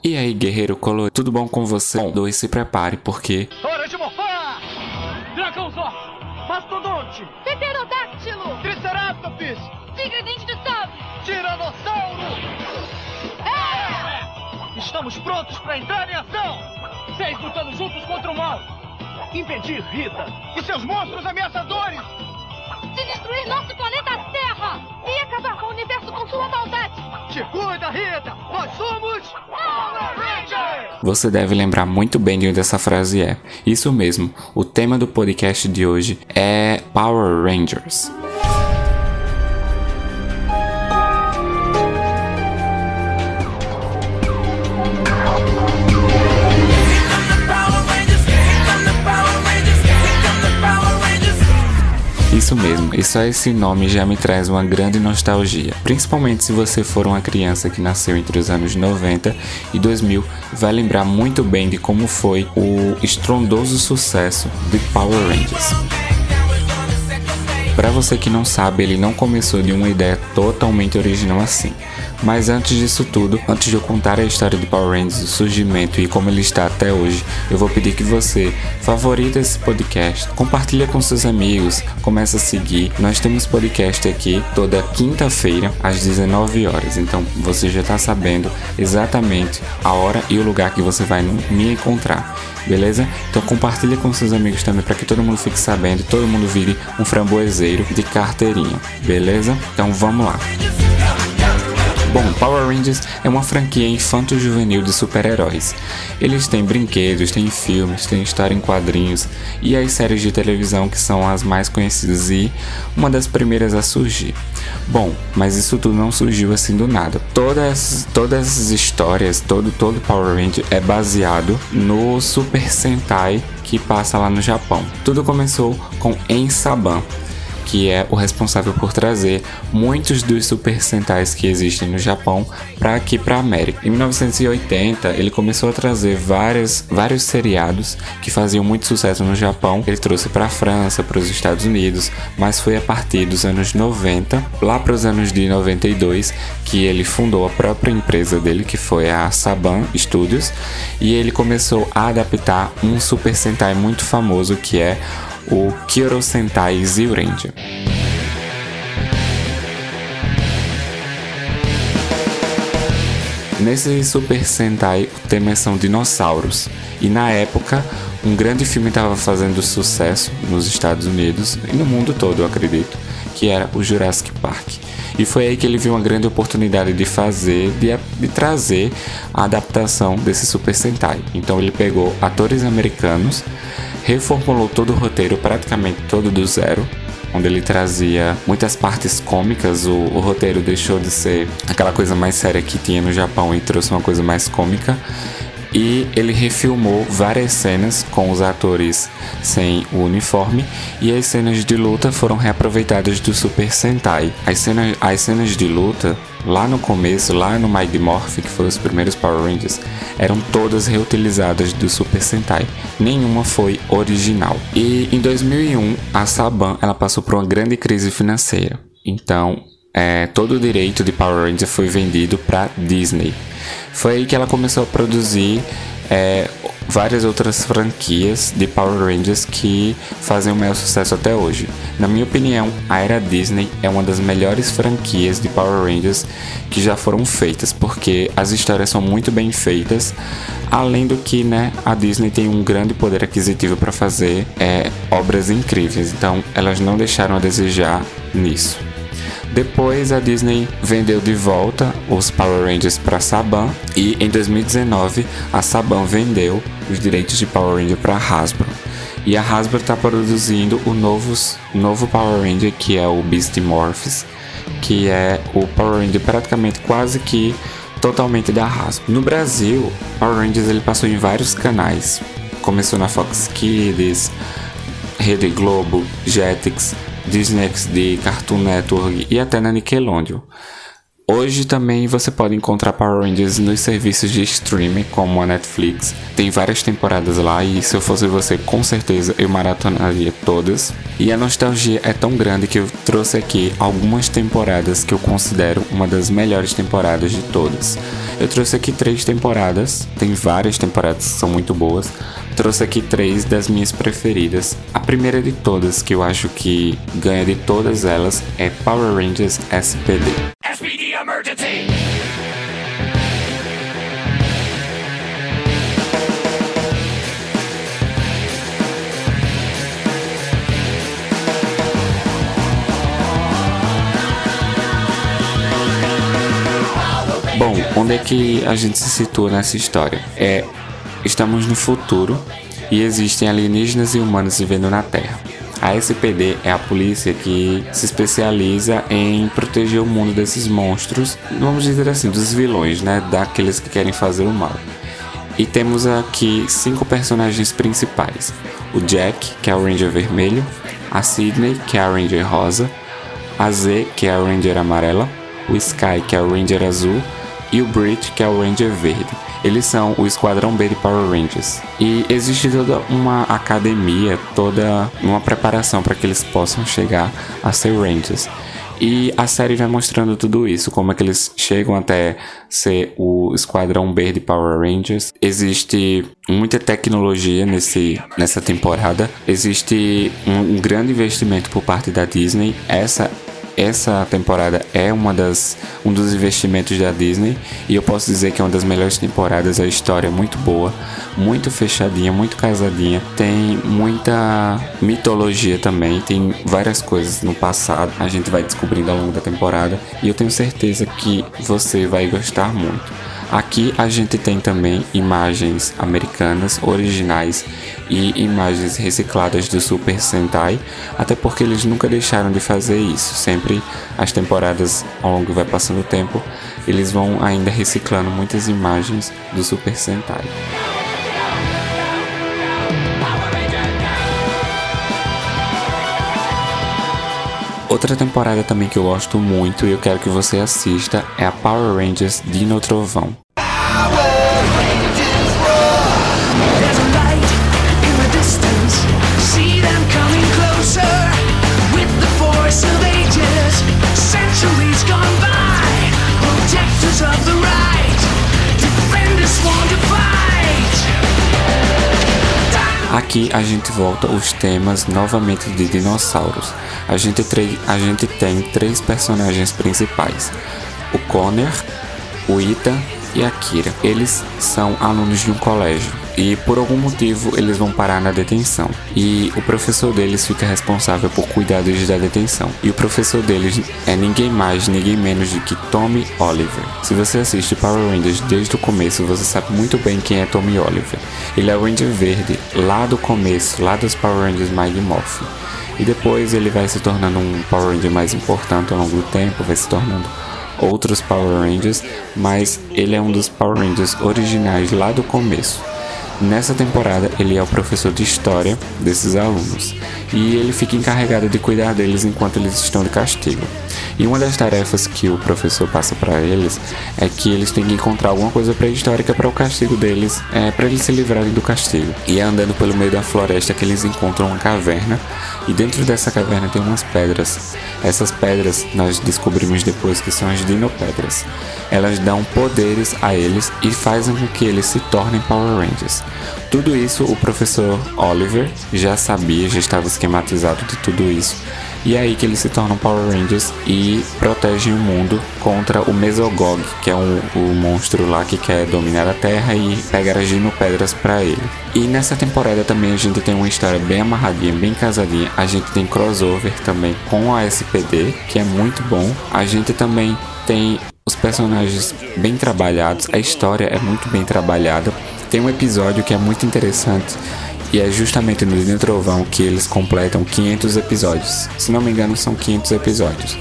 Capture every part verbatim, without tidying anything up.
E aí, guerreiro colorido, tudo bom com você? Bom, dois, se prepare, porque... Hora de morfar! Dragãozordo! Mastodonte! Pterodáctilo! Triceratops! Tigre dente de sabre! Tiranossauro! É! Estamos prontos para entrar em ação! Seis lutando juntos contra o mal! Impedir Rita e seus monstros ameaçadores! De destruir nosso planeta Terra! E acabar com o universo com sua maldade! Te cuida, Rita! Nós somos... Power Rangers! Você deve lembrar muito bem de onde essa frase é. Isso mesmo, o tema do podcast de hoje é Power Rangers. Isso mesmo, e só esse nome já me traz uma grande nostalgia. Principalmente se você for uma criança que nasceu entre os anos noventa e dois mil, vai lembrar muito bem de como foi o estrondoso sucesso de Power Rangers. Para você que não sabe, ele não começou de uma ideia totalmente original assim. Mas antes disso tudo, antes de eu contar a história de Power Rangers, o surgimento e como ele está até hoje, eu vou pedir que você favorite esse podcast, compartilha com seus amigos, comece a seguir. Nós temos podcast aqui toda quinta-feira às dezenove horas, então você já está sabendo exatamente a hora e o lugar que você vai me encontrar. Beleza? Então compartilha com seus amigos também para que todo mundo fique sabendo, todo mundo vire um framboeseiro de carteirinha. Beleza? Então vamos lá. Bom, Power Rangers é uma franquia infanto-juvenil de super-heróis. Eles têm brinquedos, têm filmes, têm história em quadrinhos e as séries de televisão que são as mais conhecidas e uma das primeiras a surgir. Bom, mas isso tudo não surgiu assim do nada. Todas, todas as histórias, todo, todo Power Ranger é baseado no Super Sentai que passa lá no Japão. Tudo começou com En Saban, que é o responsável por trazer muitos dos Super Sentais que existem no Japão para aqui para a América. Em mil novecentos e oitenta, ele começou a trazer várias, vários seriados que faziam muito sucesso no Japão. Ele trouxe para a França, para os Estados Unidos, mas foi a partir dos anos noventa, lá para os anos de noventa e dois, que ele fundou a própria empresa dele, que foi a Saban Studios, e ele começou a adaptar um Super Sentai muito famoso que é o Kyoto Sentai Zyuranger. Nesse Super Sentai, o tema são dinossauros. E na época, um grande filme estava fazendo sucesso nos Estados Unidos e no mundo todo, eu acredito, que era o Jurassic Park. E foi aí que ele viu uma grande oportunidade de fazer, de, de trazer a adaptação desse Super Sentai. Então ele pegou atores americanos, reformulou todo o roteiro, praticamente todo do zero, onde ele trazia muitas partes cômicas. O, o roteiro deixou de ser aquela coisa mais séria que tinha no Japão e trouxe uma coisa mais cômica. E ele refilmou várias cenas com os atores sem o uniforme, e as cenas de luta foram reaproveitadas do Super Sentai. As cenas, as cenas de luta, lá no começo, lá no Mighty Morphin, que foram os primeiros Power Rangers, eram todas reutilizadas do Super Sentai. Nenhuma foi original. E em dois mil e um, a Saban ela passou por uma grande crise financeira. Então, é, todo o direito de Power Rangers foi vendido para Disney. Foi aí que ela começou a produzir é, várias outras franquias de Power Rangers que fazem o maior sucesso até hoje. Na minha opinião, a era Disney é uma das melhores franquias de Power Rangers que já foram feitas, porque as histórias são muito bem feitas, além do que, né, a Disney tem um grande poder aquisitivo para fazer é, obras incríveis, então elas não deixaram a desejar nisso. Depois a Disney vendeu de volta os Power Rangers para a Saban, e em dois mil e dezenove a Saban vendeu os direitos de Power Ranger para a Hasbro. E a Hasbro está produzindo o novo, novo Power Ranger, que é o Beast Morphs, que é o Power Ranger praticamente quase que totalmente da Hasbro. No Brasil, Power Rangers ele passou em vários canais. Começou na Fox Kids, Rede Globo, Jetix, Disney X D, Cartoon Network e até na Nickelodeon. Hoje também você pode encontrar Power Rangers nos serviços de streaming, como a Netflix. Tem várias temporadas lá e se eu fosse você, com certeza eu maratonaria todas. E a nostalgia é tão grande que eu trouxe aqui algumas temporadas que eu considero uma das melhores temporadas de todas. Eu trouxe aqui três temporadas, tem várias temporadas que são muito boas. Trouxe aqui três das minhas preferidas. A primeira de todas, que eu acho que ganha de todas elas, é Power Rangers S P D. S P D Emergency! Bom, onde é que a gente se situa nessa história? É... Estamos no futuro e existem alienígenas e humanos vivendo na Terra. A S P D é a polícia que se especializa em proteger o mundo desses monstros, vamos dizer assim, dos vilões, né? Daqueles que querem fazer o mal. E temos aqui cinco personagens principais. O Jack, que é o Ranger vermelho, a Sydney, que é a Ranger rosa, a Z, que é a Ranger amarela, o Sky, que é o Ranger azul, e o Brit, que é o Ranger verde. Eles são o Esquadrão B de Power Rangers. E existe toda uma academia, toda uma preparação para que eles possam chegar a ser Rangers. E a série vai mostrando tudo isso, como é que eles chegam até ser o Esquadrão B de Power Rangers. Existe muita tecnologia nesse, nessa temporada. Existe um, um grande investimento por parte da Disney. Essa Essa temporada é uma das, um dos investimentos da Disney e eu posso dizer que é uma das melhores temporadas. A história é muito boa, muito fechadinha, muito casadinha. Tem muita mitologia também, tem várias coisas no passado. A gente vai descobrindo ao longo da temporada e eu tenho certeza que você vai gostar muito. Aqui a gente tem também imagens americanas, originais e imagens recicladas do Super Sentai, até porque eles nunca deixaram de fazer isso. Sempre as temporadas, ao longo que vai passando o tempo, eles vão ainda reciclando muitas imagens do Super Sentai. Outra temporada também que eu gosto muito e eu quero que você assista é a Power Rangers Dino Trovão. Aqui a gente volta os temas novamente de dinossauros. A gente, a gente tem três personagens principais: o Connor, o Ethan e a Kira. Eles são alunos de um colégio e por algum motivo eles vão parar na detenção. E o professor deles fica responsável por cuidar deles da detenção. E o professor deles é ninguém mais, ninguém menos do que Tommy Oliver. Se você assiste Power Rangers desde o começo, você sabe muito bem quem é Tommy Oliver. Ele é o Ranger verde, lá do começo, lá dos Power Rangers Mighty Morphin. E depois ele vai se tornando um Power Ranger mais importante ao longo do tempo, vai se tornando outros Power Rangers, mas ele é um dos Power Rangers originais lá do começo. Nessa temporada ele é o professor de história desses alunos e ele fica encarregado de cuidar deles enquanto eles estão de castigo. E uma das tarefas que o professor passa para eles é que eles têm que encontrar alguma coisa pré-histórica para o castigo deles, é, para eles se livrarem do castigo. E é andando pelo meio da floresta que eles encontram uma caverna e dentro dessa caverna tem umas pedras. Essas pedras nós descobrimos depois que são as Dinopedras. Elas dão poderes a eles e fazem com que eles se tornem Power Rangers. Tudo isso o professor Oliver já sabia, já estava esquematizado de tudo isso. E é aí que eles se tornam Power Rangers e protegem o mundo contra o Mesogog, que é um, o monstro lá que quer dominar a Terra e pegar as Dinopedras para ele. E nessa temporada também a gente tem uma história bem amarradinha, bem casadinha. A gente tem crossover também com a S P D, que é muito bom. A gente também tem os personagens bem trabalhados, a história é muito bem trabalhada. Tem um episódio que é muito interessante e é justamente no Dino Trovão que eles completam quinhentos episódios. Se não me engano, são quinhentos episódios.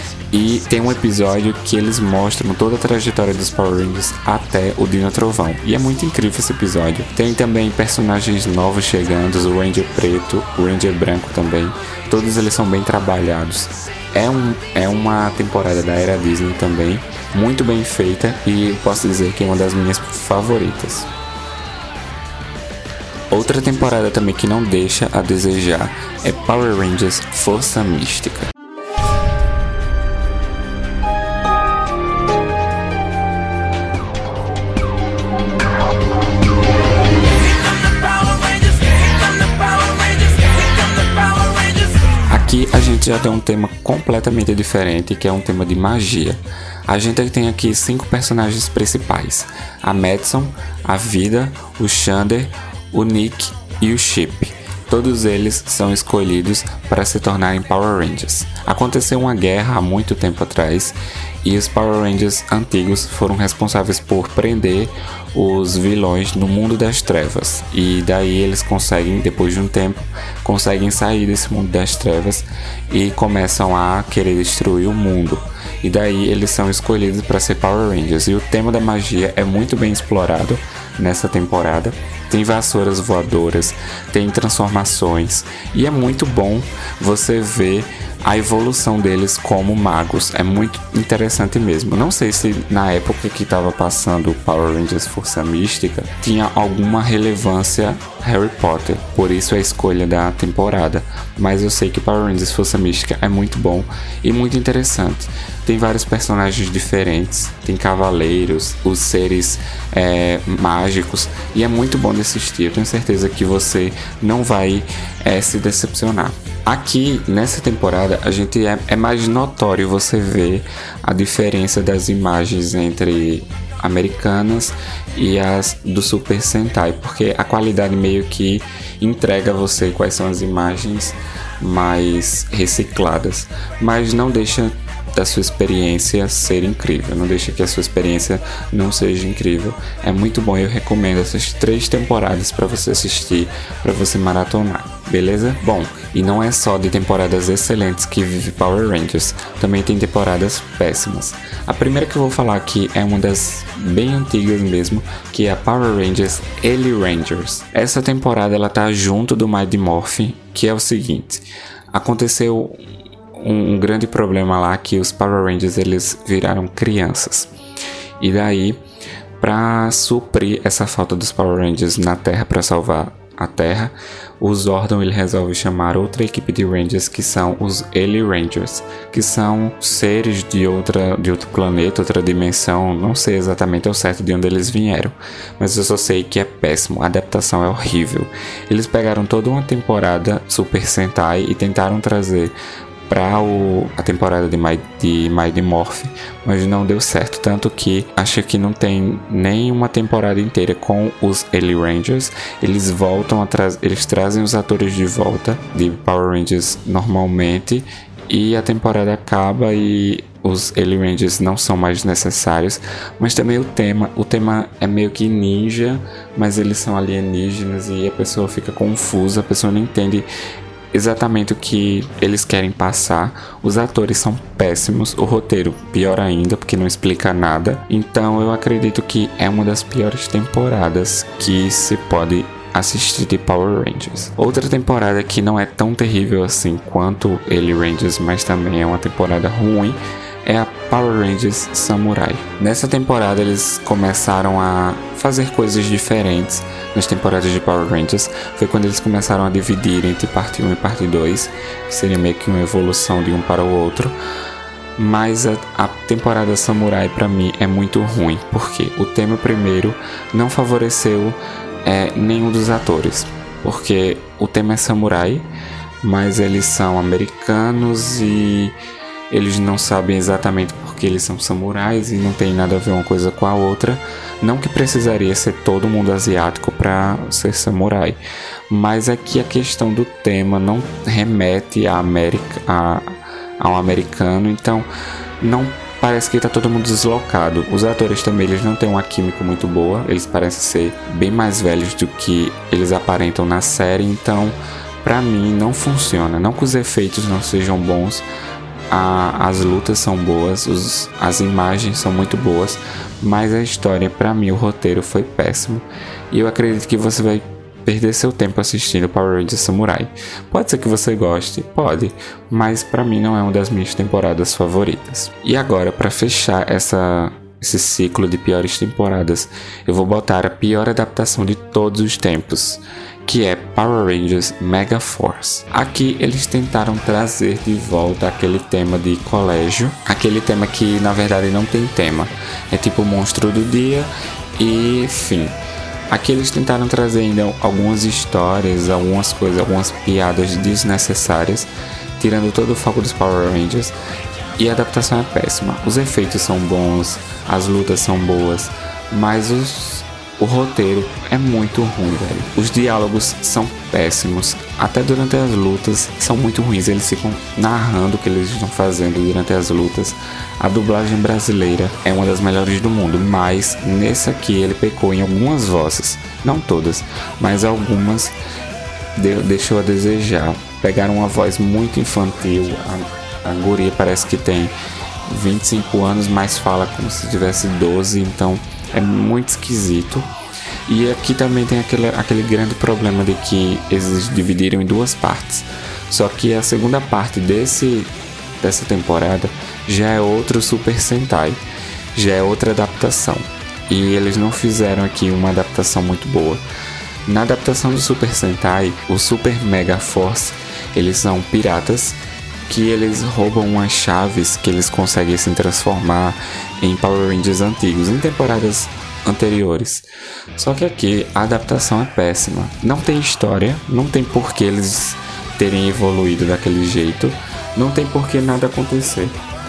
E tem um episódio que eles mostram toda a trajetória dos Power Rangers até o Dino Trovão. E é muito incrível esse episódio. Tem também personagens novos chegando, o Ranger preto, o Ranger branco também. Todos eles são bem trabalhados. É, um, é uma temporada da era Disney também, muito bem feita, e posso dizer que é uma das minhas favoritas. Outra temporada também que não deixa a desejar é Power Rangers Força Mística. Aqui a gente já tem um tema completamente diferente, que é um tema de magia. A gente tem aqui cinco personagens principais: a Madison, a Vida, o Xander, o Nick e o Chip. Todos eles são escolhidos para se tornarem Power Rangers. Aconteceu uma guerra há muito tempo atrás e os Power Rangers antigos foram responsáveis por prender os vilões no mundo das trevas. E daí eles conseguem, depois de um tempo, conseguem sair desse mundo das trevas e começam a querer destruir o mundo. E daí eles são escolhidos para ser Power Rangers. E o tema da magia é muito bem explorado nessa temporada. Tem vassouras voadoras, tem transformações, e é muito bom você ver a evolução deles como magos. É muito interessante mesmo. Não sei se na época que estava passando Power Rangers Força Mística tinha alguma relevância Harry Potter, por isso a escolha da temporada, mas eu sei que Power Rangers Força Mística é muito bom e muito interessante. Tem vários personagens diferentes, tem cavaleiros, os seres é, mágicos, e é muito bom de assistir. Eu tenho certeza que você não vai é, se decepcionar. Aqui, nessa temporada, a gente é, é mais notório você ver a diferença das imagens entre americanas e as do Super Sentai, porque a qualidade meio que entrega a você quais são as imagens mais recicladas, mas não deixa da sua experiência ser incrível, não deixa que a sua experiência não seja incrível. É muito bom, eu recomendo essas três temporadas para você assistir, para você maratonar, beleza? Bom, e não é só de temporadas excelentes que vive Power Rangers, também tem temporadas péssimas. A primeira que eu vou falar aqui é uma das bem antigas mesmo, que é a Power Rangers Ellie Rangers. Essa temporada ela tá junto do Mighty Morphin, que é o seguinte: aconteceu um, um grande problema lá, que os Power Rangers eles viraram crianças. E daí, para suprir essa falta dos Power Rangers na Terra, para salvar a Terra, o Zordon ele resolve chamar outra equipe de Rangers, que são os Ellie Rangers, que são seres de, outra, de outro planeta, outra dimensão. Não sei exatamente ao certo de onde eles vieram, mas eu só sei que é péssimo, a adaptação é horrível. Eles pegaram toda uma temporada Super Sentai e tentaram trazer para a temporada de, My, de Mighty Morphin, mas não deu certo, tanto que acho que não tem nem uma temporada inteira com os Ellie Rangers. Eles voltam atrás, eles trazem os atores de volta de Power Rangers normalmente, e a temporada acaba e os Ellie Rangers não são mais necessários. Mas também o tema, o tema é meio que ninja, mas eles são alienígenas e a pessoa fica confusa, a pessoa não entende exatamente o que eles querem passar. Os atores são péssimos, o roteiro pior ainda, porque não explica nada. Então eu acredito que é uma das piores temporadas que se pode assistir de Power Rangers. Outra temporada que não é tão terrível assim quanto Ellie Rangers, mas também é uma temporada ruim, é a Power Rangers Samurai. Nessa temporada eles começaram a fazer coisas diferentes. Nas temporadas de Power Rangers foi quando eles começaram a dividir entre parte um e parte dois, que seria meio que uma evolução de um para o outro. Mas a, a temporada Samurai para mim é muito ruim, porque o tema primeiro não favoreceu é, nenhum dos atores, porque o tema é samurai, mas eles são americanos e eles não sabem exatamente porque eles são samurais e não tem nada a ver uma coisa com a outra. Não que precisaria ser todo mundo asiático para ser samurai, mas é que a questão do tema não remete a América, a, a um americano, então não parece que está todo mundo deslocado. Os atores também eles não têm uma química muito boa, eles parecem ser bem mais velhos do que eles aparentam na série, então para mim não funciona. Não que os efeitos não sejam bons, A, as lutas são boas, os, as imagens são muito boas, mas a história, para mim, o roteiro foi péssimo. E eu acredito que você vai perder seu tempo assistindo Power Rangers Samurai. Pode ser que você goste, pode, mas pra mim não é uma das minhas temporadas favoritas. E agora, pra fechar essa, esse ciclo de piores temporadas, eu vou botar a pior adaptação de todos os tempos, que é Power Rangers Mega Force. Aqui eles tentaram trazer de volta aquele tema de colégio, aquele tema que na verdade não tem tema, é tipo o monstro do dia e fim. Aqui eles tentaram trazer ainda algumas histórias, algumas coisas, algumas piadas desnecessárias, tirando todo o foco dos Power Rangers, e a adaptação é péssima. Os efeitos são bons, as lutas são boas, mas os, o roteiro é muito ruim, velho. Os diálogos são péssimos, até durante as lutas são muito ruins, eles ficam narrando o que eles estão fazendo durante as lutas. A dublagem brasileira é uma das melhores do mundo, mas nesse aqui ele pecou em algumas vozes, não todas, mas algumas deu, deixou a desejar. Pegaram uma voz muito infantil, a, a guria parece que tem vinte e cinco anos, mas fala como se tivesse doze, então é muito esquisito. E aqui também tem aquele, aquele grande problema de que eles dividiram em duas partes, só que a segunda parte desse, dessa temporada já é outro Super Sentai, já é outra adaptação, e eles não fizeram aqui uma adaptação muito boa. Na adaptação do Super Sentai, o Super Mega Force, eles são piratas que eles roubam umas chaves que eles conseguem se transformar em Power Rangers antigos, em temporadas anteriores. Só que aqui a adaptação é péssima, não tem história, não tem por que eles terem evoluído daquele jeito, não tem por que nada acontecer.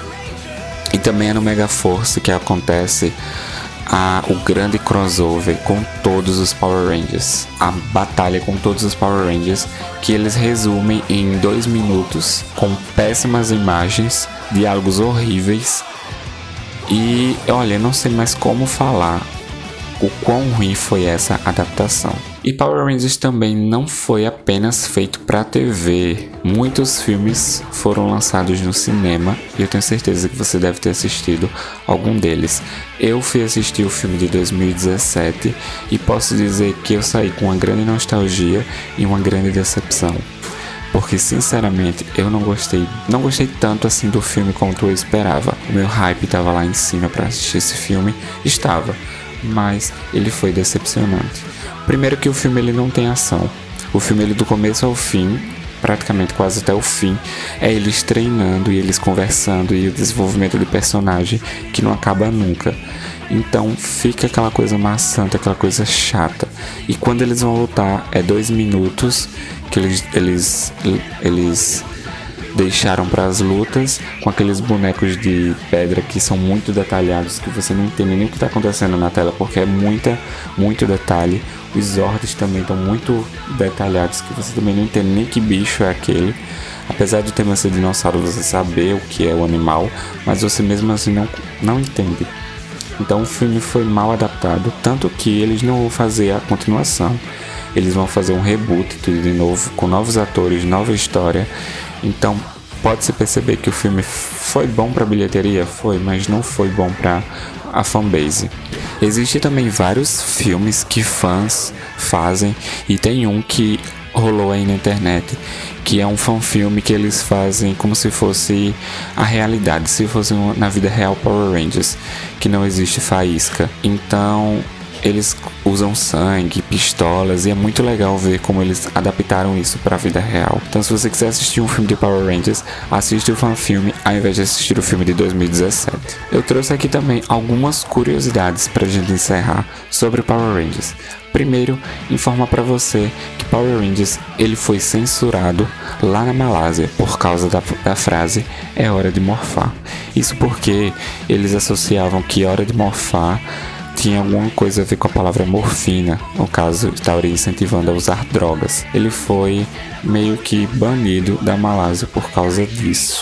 E também é no Mega Force que acontece a, o grande crossover com todos os Power Rangers, a batalha com todos os Power Rangers, que eles resumem em dois minutos, com péssimas imagens, diálogos horríveis, e olha, não sei mais como falar o quão ruim foi essa adaptação. E Power Rangers também não foi apenas feito para T V. Muitos filmes foram lançados no cinema e eu tenho certeza que você deve ter assistido algum deles. Eu fui assistir o filme de dois mil e dezessete e posso dizer que eu saí com uma grande nostalgia e uma grande decepção. Porque sinceramente eu não gostei, não gostei tanto assim do filme quanto eu esperava. O meu hype estava lá em cima para assistir esse filme, estava, mas ele foi decepcionante. Primeiro que o filme ele não tem ação. O filme ele do começo ao fim, praticamente quase até o fim, é eles treinando e eles conversando e o desenvolvimento de personagem que não acaba nunca. Então fica aquela coisa maçante, aquela coisa chata. E quando eles vão lutar é dois minutos que eles, eles, eles deixaram para as lutas com aqueles bonecos de pedra que são muito detalhados, que você não entende nem o que está acontecendo na tela porque é muita, muito detalhe. Os Zords também estão muito detalhados, que você também não entende nem que bicho é aquele. Apesar de ter uma ser dinossauro, você saber o que é o animal, mas você mesmo assim não, não entende. Então o filme foi mal adaptado, tanto que eles não vão fazer a continuação. Eles vão fazer um reboot tudo de novo, com novos atores, nova história. Então pode-se perceber que o filme foi bom para a bilheteria, foi, mas não foi bom para a fanbase. Existem também vários filmes que fãs fazem, e tem um que rolou aí na internet, que é um fanfilme que eles fazem como se fosse a realidade, se fosse na vida real Power Rangers, que não existe faísca. Então eles usam sangue, pistolas, e é muito legal ver como eles adaptaram isso para a vida real. Então se você quiser assistir um filme de Power Rangers, assiste o fanfilme ao invés de assistir o filme de dois mil e dezessete. Eu trouxe aqui também algumas curiosidades para a gente encerrar sobre Power Rangers. Primeiro, informar para você que Power Rangers ele foi censurado lá na Malásia por causa da, da frase "é hora de morfar". Isso porque eles associavam que hora de morfar tinha alguma coisa a ver com a palavra morfina, no caso estaria incentivando a usar drogas. Ele foi meio que banido da Malásia por causa disso.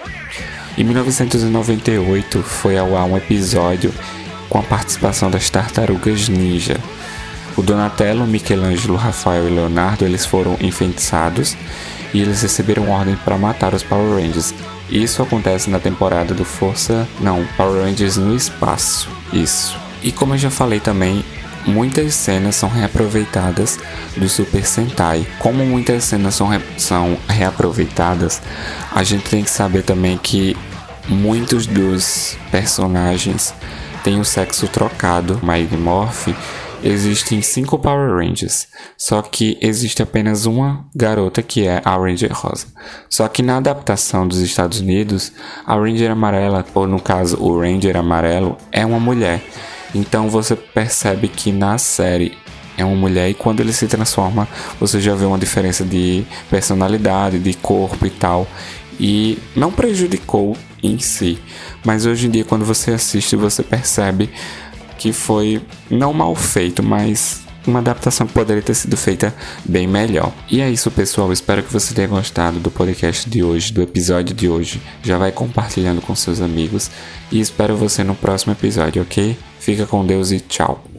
Em mil novecentos e noventa e oito foi ao ar um episódio com a participação das Tartarugas Ninja. O Donatello, Michelangelo, Rafael e Leonardo eles foram enfeitiçados e eles receberam ordem para matar os Power Rangers. Isso acontece na temporada do Força... Não, Power Rangers no Espaço. Isso. E como eu já falei também, muitas cenas são reaproveitadas do Super Sentai. Como muitas cenas são, re- são reaproveitadas, a gente tem que saber também que muitos dos personagens têm o sexo trocado. Mighty Morphin, existem cinco Power Rangers, só que existe apenas uma garota que é a Ranger Rosa. Só que na adaptação dos Estados Unidos, a Ranger Amarela, ou no caso o Ranger Amarelo, é uma mulher. Então você percebe que na série é uma mulher, e quando ele se transforma, você já vê uma diferença de personalidade, de corpo e tal. E não prejudicou em si, mas hoje em dia quando você assiste, você percebe que foi não mal feito, mas uma adaptação que poderia ter sido feita bem melhor. E é isso, pessoal, espero que você tenha gostado do podcast de hoje, do episódio de hoje. Já vai compartilhando com seus amigos e espero você no próximo episódio, ok? Fica com Deus e tchau!